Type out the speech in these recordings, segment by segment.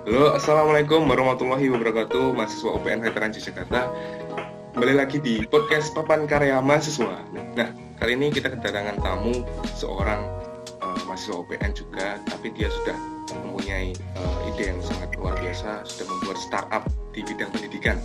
Halo, Assalamualaikum warahmatullahi wabarakatuh, mahasiswa UPN Veteran Jakarta. Kembali lagi di podcast Papan Karya Mahasiswa. Nah, kali ini kita kedatangan tamu seorang mahasiswa UPN juga, tapi dia sudah mempunyai ide yang sangat luar biasa, sudah membuat startup di bidang pendidikan.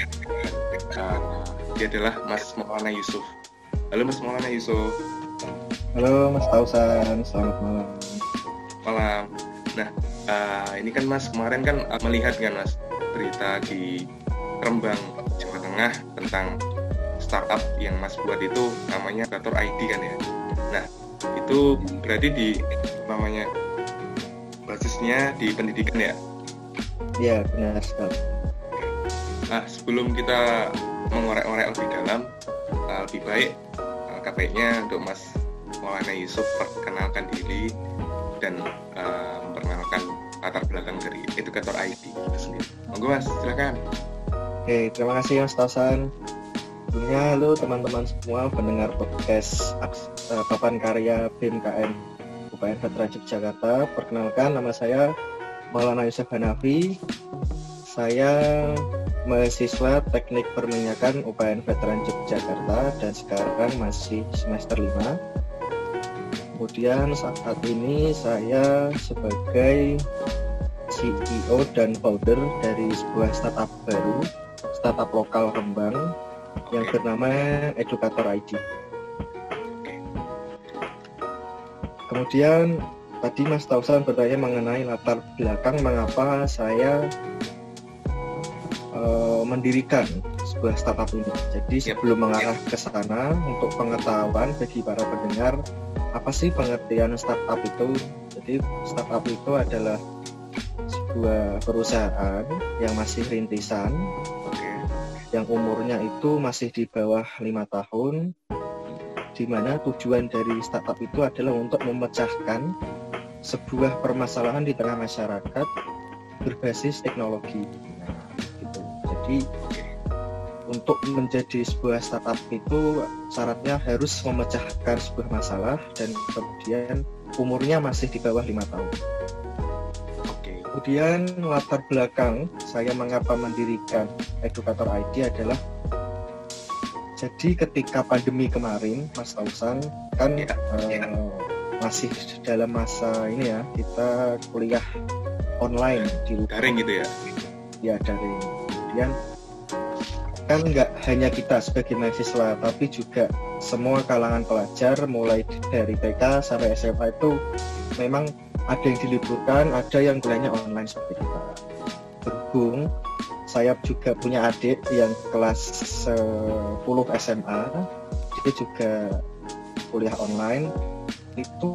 Dia adalah Mas Maulana Yusuf. Halo Mas Maulana Yusuf. Halo Mas Tausan, selamat malam. Malam. Nah, ini kan Mas kemarin kan melihat kan Mas berita di Rembang, Jawa Tengah tentang startup yang Mas buat itu namanya Edukator ID kan ya. Nah, itu berarti di namanya basisnya di pendidikan ya? Ya, benar sekali. Nah, sebelum kita mengorek-orek lebih dalam, lebih baik KPI-nya untuk Mas Maulana Yusuf perkenalkan diri dan memperkenalkan latar belakang dari Edukator ID itu sendiri. Monggo Mas, silakan. Oke, terima kasih Mas Tausan. Sebelumnya halo teman-teman semua pendengar podcast Papan Karya BMKM UPN Veteran Jakarta. Perkenalkan, nama saya Maulana Yusuf Hanafi. Saya mahasiswa Teknik Perminyakan UPN Veteran Jakarta dan sekarang masih semester 5. Kemudian saat ini saya sebagai CEO dan founder dari sebuah startup baru, startup lokal Rembang yang bernama Edukator ID. Kemudian tadi Mas Tausan bertanya mengenai latar belakang mengapa saya mendirikan sebuah startup ini. Jadi sebelum mengarah ke sana, untuk pengetahuan bagi para pendengar, apa sih pengertian startup itu? Jadi startup itu adalah sebuah perusahaan yang masih rintisan, yang umurnya itu masih di bawah 5 tahun, di mana tujuan dari startup itu adalah untuk memecahkan sebuah permasalahan di tengah masyarakat berbasis teknologi. Nah, gitu. Jadi untuk menjadi sebuah startup itu syaratnya harus memecahkan sebuah masalah dan kemudian umurnya masih di bawah 5 tahun. Kemudian latar belakang saya mengapa mendirikan Edukator ID adalah jadi ketika pandemi kemarin Mas Tausan kan masih dalam masa ini ya, kita kuliah online di daring gitu ya? Ya, daring. Kemudian kan nggak hanya kita sebagai mahasiswa, tapi juga semua kalangan pelajar mulai dari TK sampai SMA itu memang ada yang diliburkan, ada yang kuliahnya online seperti kita. Berhubung saya juga punya adik yang kelas 10 SMA, dia juga kuliah online, itu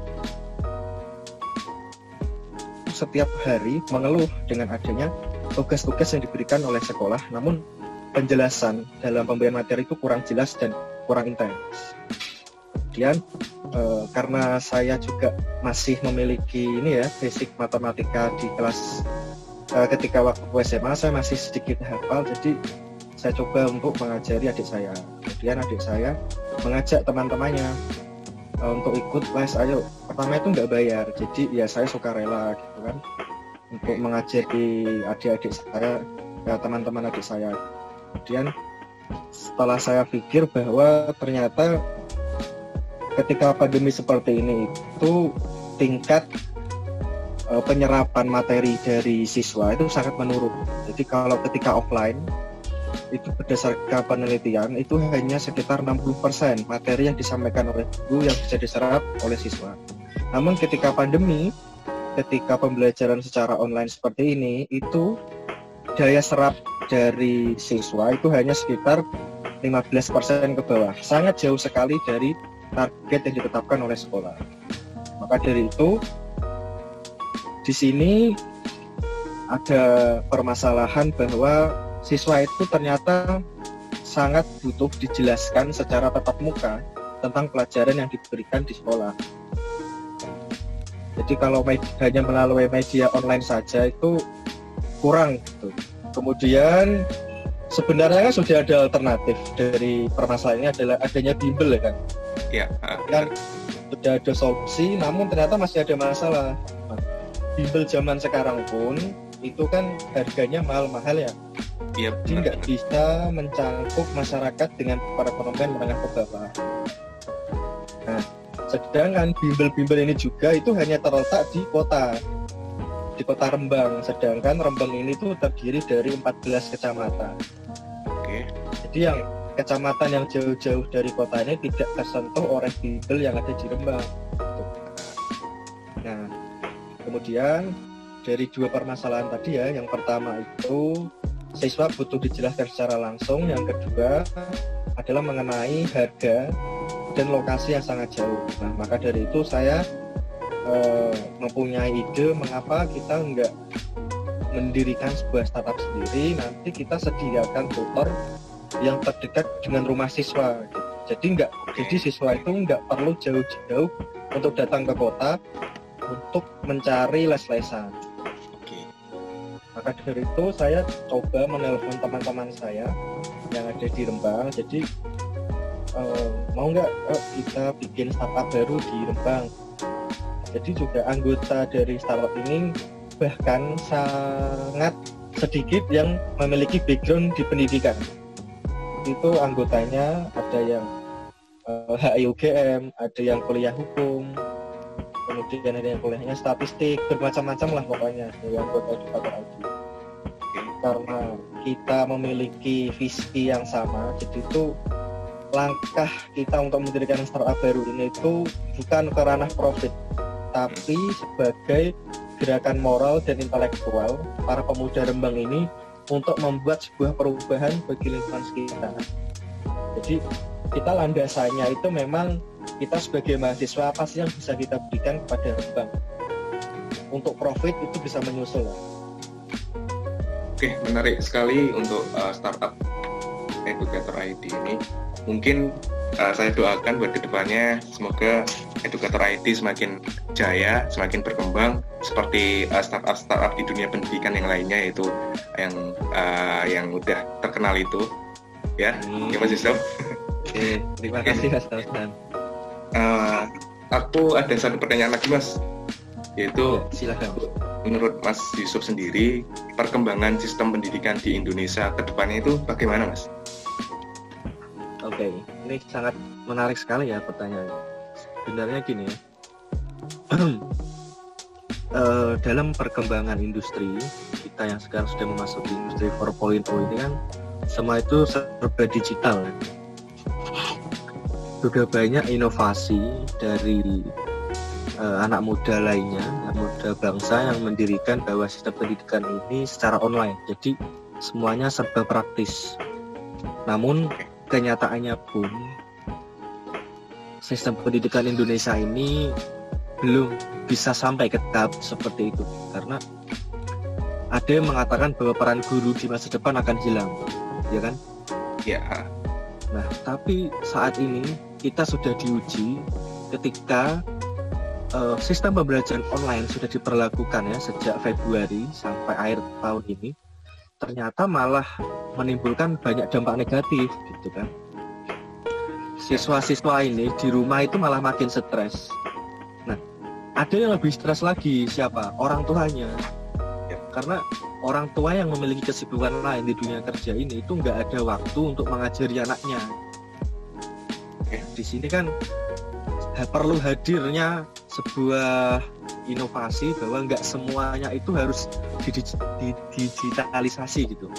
setiap hari mengeluh dengan adanya tugas-tugas yang diberikan oleh sekolah, namun penjelasan dalam pemberian materi itu kurang jelas dan kurang intens. Kemudian karena saya juga masih memiliki ini ya basic matematika di kelas ketika waktu SMA saya masih sedikit hafal, jadi saya coba untuk mengajari adik saya. Kemudian adik saya mengajak teman-temannya untuk ikut les. Ayo, pertama itu nggak bayar, jadi ya saya sukarela gitu kan untuk mengajari adik-adik saya, ya, teman-teman adik saya. Kemudian setelah saya pikir bahwa ternyata ketika pandemi seperti ini itu tingkat penyerapan materi dari siswa itu sangat menurun. Jadi kalau ketika offline itu berdasarkan penelitian itu hanya sekitar 60% materi yang disampaikan oleh guru yang bisa diserap oleh siswa. Namun ketika pandemi, ketika pembelajaran secara online seperti ini, itu daya serap dari siswa itu hanya sekitar 15% ke bawah, sangat jauh sekali dari target yang ditetapkan oleh sekolah. Maka dari itu, di sini ada permasalahan bahwa siswa itu ternyata sangat butuh dijelaskan secara tatap muka tentang pelajaran yang diberikan di sekolah. Jadi kalau hanya melalui media online saja itu kurang gitu. Kemudian sebenarnya kan sudah ada alternatif dari permasalahan ini, adalah adanya bimbel ya kan. Iya. Kan sudah ada solusi, namun ternyata masih ada masalah. Bimbel zaman sekarang pun itu kan harganya mahal-mahal ya. Iya, Jadi nggak bisa mencangkup masyarakat dengan perekonomian menengah ke bawah. Nah, sedangkan bimbel-bimbel ini juga itu hanya terletak di kota Rembang. Sedangkan Rembang ini tuh terdiri dari 14 kecamatan. Oke. Jadi yang kecamatan yang jauh-jauh dari kota ini tidak tersentuh oleh bimbel yang ada di Rembang. Nah, kemudian dari dua permasalahan tadi ya, yang pertama itu siswa butuh dijelaskan secara langsung, yang kedua adalah mengenai harga dan lokasi yang sangat jauh. Nah, maka dari itu saya mempunyai ide mengapa kita nggak mendirikan sebuah startup sendiri, nanti kita sediakan tutor yang terdekat dengan rumah siswa. Jadi siswa itu nggak perlu jauh-jauh untuk datang ke kota untuk mencari les-lesan. Maka dari itu saya coba menelpon teman-teman saya yang ada di Rembang. Jadi mau nggak kita bikin startup baru di Rembang. Jadi juga anggota dari startup ini bahkan sangat sedikit yang memiliki background di pendidikan. Itu anggotanya ada yang HIUGM, ada yang kuliah hukum, kemudian ada yang kuliahnya statistik, bermacam-macam lah pokoknya yang anggota Educator ID. Karena kita memiliki visi yang sama, jadi itu langkah kita untuk mendirikan startup baru ini itu bukan ke ranah profit, tapi sebagai gerakan moral dan intelektual para pemuda Rembang ini untuk membuat sebuah perubahan bagi lingkungan sekitar. Jadi kita landasannya itu memang kita sebagai mahasiswa apa sih yang bisa kita berikan kepada Rembang. Untuk profit itu bisa menyusul. Oke, menarik sekali untuk startup Educator ID ini. Mungkin saya doakan buat kedepannya semoga Educator ID semakin jaya, semakin berkembang seperti startup di dunia pendidikan yang lainnya, yaitu yang udah terkenal itu, ya. Ya Mas Yusuf. Oke, terima kasih Mas Taufan. Aku ada satu pertanyaan lagi Mas, yaitu silakan. Menurut Mas Yusuf sendiri, perkembangan sistem pendidikan di Indonesia ke depannya itu bagaimana Mas? Oke, ini sangat menarik sekali ya pertanyaannya. Sebenarnya gini ya, dalam perkembangan industri kita yang sekarang sudah memasuki industri 4.0 ini kan semua itu serba digital kan? Sudah banyak inovasi dari anak muda lainnya, anak muda bangsa yang mendirikan bahwa sistem pendidikan ini secara online, jadi semuanya serba praktis. Namun kenyataannya pun sistem pendidikan Indonesia ini belum bisa sampai ke tahap seperti itu, karena ada yang mengatakan bahwa peran guru di masa depan akan hilang, ya kan? Ya. Nah, tapi saat ini kita sudah diuji ketika sistem pembelajaran online sudah diberlakukan ya sejak Februari sampai akhir tahun ini, ternyata malah menimbulkan banyak dampak negatif gitu kan. Siswa-siswa ini di rumah itu malah makin stres. Nah, ada yang lebih stres lagi, siapa? Orang tuanya. Karena orang tua yang memiliki kesibukan lain di dunia kerja ini itu nggak ada waktu untuk mengajari anaknya. Di sini kan perlu hadirnya sebuah inovasi bahwa nggak semuanya itu harus digitalisasi gitu.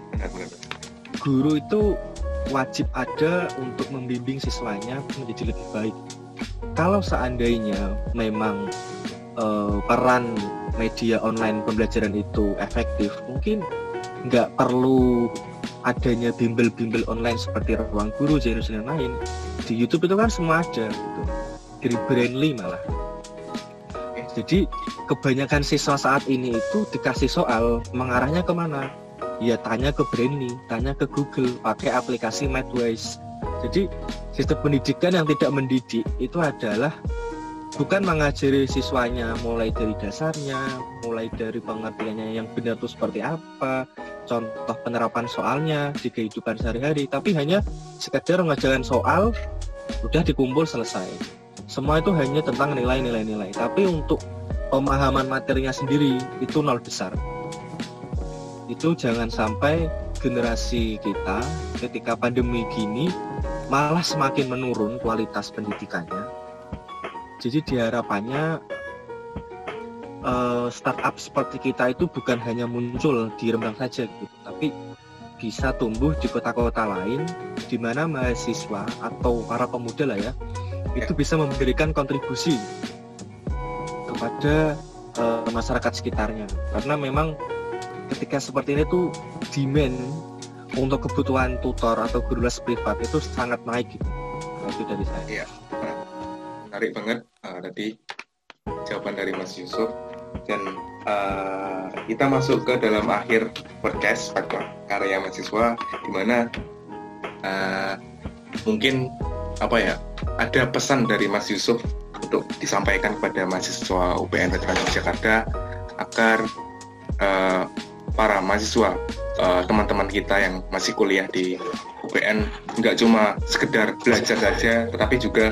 Guru itu wajib ada untuk membimbing siswanya menjadi lebih baik. Kalau seandainya memang peran media online pembelajaran itu efektif, mungkin nggak perlu adanya bimbel-bimbel online seperti Ruang Guru, Zerus dan lain. Di YouTube itu kan semua ada gitu. Dari Brainly malah. Jadi kebanyakan siswa saat ini itu dikasih soal mengarahnya kemana? Ya tanya ke Brainly, tanya ke Google, pakai aplikasi Mathwise. Jadi sistem pendidikan yang tidak mendidik itu adalah bukan mengajari siswanya mulai dari dasarnya, mulai dari pengertiannya yang benar itu seperti apa, contoh penerapan soalnya di kehidupan sehari-hari, tapi hanya sekedar mengajarkan soal, udah dikumpul selesai. Semua itu hanya tentang nilai-nilai, tapi untuk pemahaman materinya sendiri itu nol besar. itu jangan sampai generasi kita ketika pandemi gini malah semakin menurun kualitas pendidikannya. Jadi diharapannya startup seperti kita itu bukan hanya muncul di Rembang saja gitu, tapi bisa tumbuh di kota-kota lain di mana mahasiswa atau para pemuda lah ya, itu bisa memberikan kontribusi kepada masyarakat sekitarnya. Karena memang ketika seperti ini tuh demand untuk kebutuhan tutor atau guru les privat itu sangat naik gitu. Itu dari saya. Iya, menarik banget tadi jawaban dari Mas Yusuf. Dan kita masuk ke dalam akhir podcast Faktor Karya Mahasiswa, di mana mungkin ada pesan dari Mas Yusuf untuk disampaikan kepada mahasiswa UPN Veteran Yogyakarta agar para mahasiswa teman-teman kita yang masih kuliah di UPN nggak cuma sekedar belajar saja, tetapi juga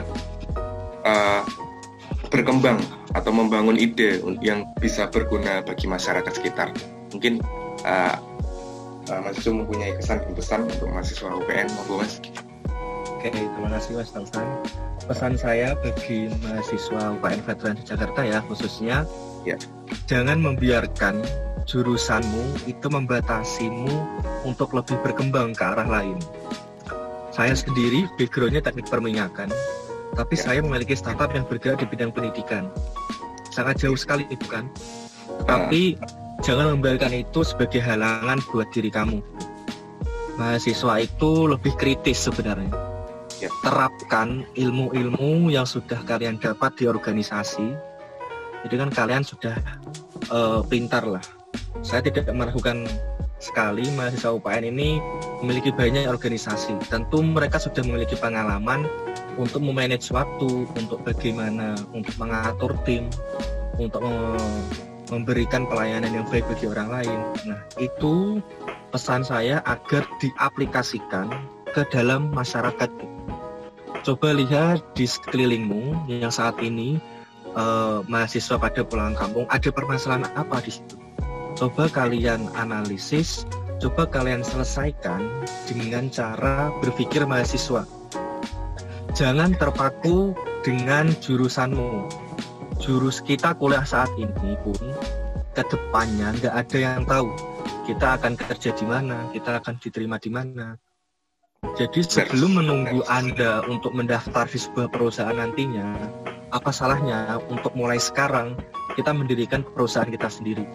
berkembang atau membangun ide yang bisa berguna bagi masyarakat sekitar. Mungkin Mas Yusuf mempunyai kesan dan pesan untuk mahasiswa UPN, mau Mas? Oke, terima kasih Mas Talsan. Pesan saya bagi mahasiswa UPN Veteran Jakarta ya khususnya, jangan membiarkan jurusanmu itu membatasimu untuk lebih berkembang ke arah lain. Saya sendiri backgroundnya teknik perminyakan, tapi saya memiliki startup yang bergerak di bidang pendidikan. Sangat jauh sekali, bukan? Tapi jangan membiarkan itu sebagai halangan buat diri kamu. Mahasiswa itu lebih kritis sebenarnya. Terapkan ilmu-ilmu yang sudah kalian dapat di organisasi. Jadi kan kalian sudah pintar lah. Saya tidak meragukan sekali mahasiswa UPN ini memiliki banyak organisasi. Tentu mereka sudah memiliki pengalaman untuk memanage waktu, untuk bagaimana, untuk mengatur tim, untuk memberikan pelayanan yang baik bagi orang lain. Nah, itu pesan saya agar diaplikasikan ke dalam masyarakat. Coba lihat di sekelilingmu yang saat ini mahasiswa pada pulang kampung, ada permasalahan apa di situ? Coba kalian analisis, coba kalian selesaikan dengan cara berpikir mahasiswa. Jangan terpaku dengan jurusanmu. Jurus kita kuliah saat ini pun ke depannya nggak ada yang tahu kita akan kerja di mana, kita akan diterima di mana. Jadi sebelum menunggu Anda untuk mendaftar di sebuah perusahaan nantinya, apa salahnya untuk mulai sekarang kita mendirikan perusahaan kita sendiri.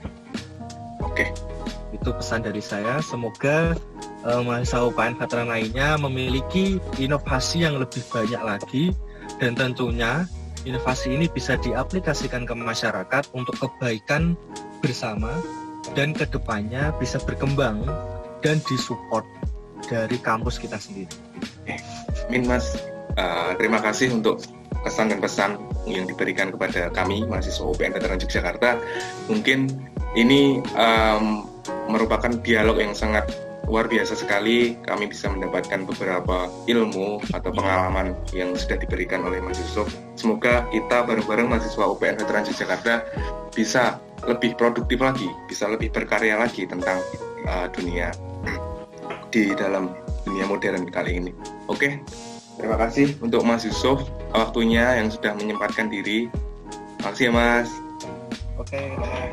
Oke. Itu pesan dari saya. Semoga mahasiswa UPN veteran lainnya memiliki inovasi yang lebih banyak lagi, dan tentunya inovasi ini bisa diaplikasikan ke masyarakat untuk kebaikan bersama, dan kedepannya bisa berkembang dan disupport dari kampus kita sendiri. Amin Mas, terima kasih untuk kesan dan pesan yang diberikan kepada kami mahasiswa UPN Veteran Yogyakarta. Mungkin ini merupakan dialog yang sangat luar biasa sekali. Kami bisa mendapatkan beberapa ilmu atau pengalaman yang sudah diberikan oleh Mas Yusuf. Semoga kita bareng-bareng mahasiswa UPN Veteran Yogyakarta bisa lebih produktif lagi, bisa lebih berkarya lagi tentang dunia di dalam dunia modern kali ini. Oke, terima kasih untuk Mas Yusuf waktunya yang sudah menyempatkan diri. Makasih ya Mas. Oke.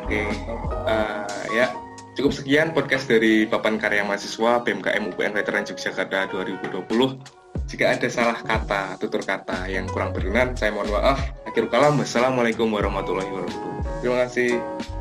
Ya, cukup sekian podcast dari Papan Karya Mahasiswa BMKM UPN Veteran Yogyakarta 2020. Jika ada salah kata, tutur kata yang kurang berkenan, saya mohon maaf. Akhirul kalam, wassalamualaikum warahmatullahi wabarakatuh. Terima kasih.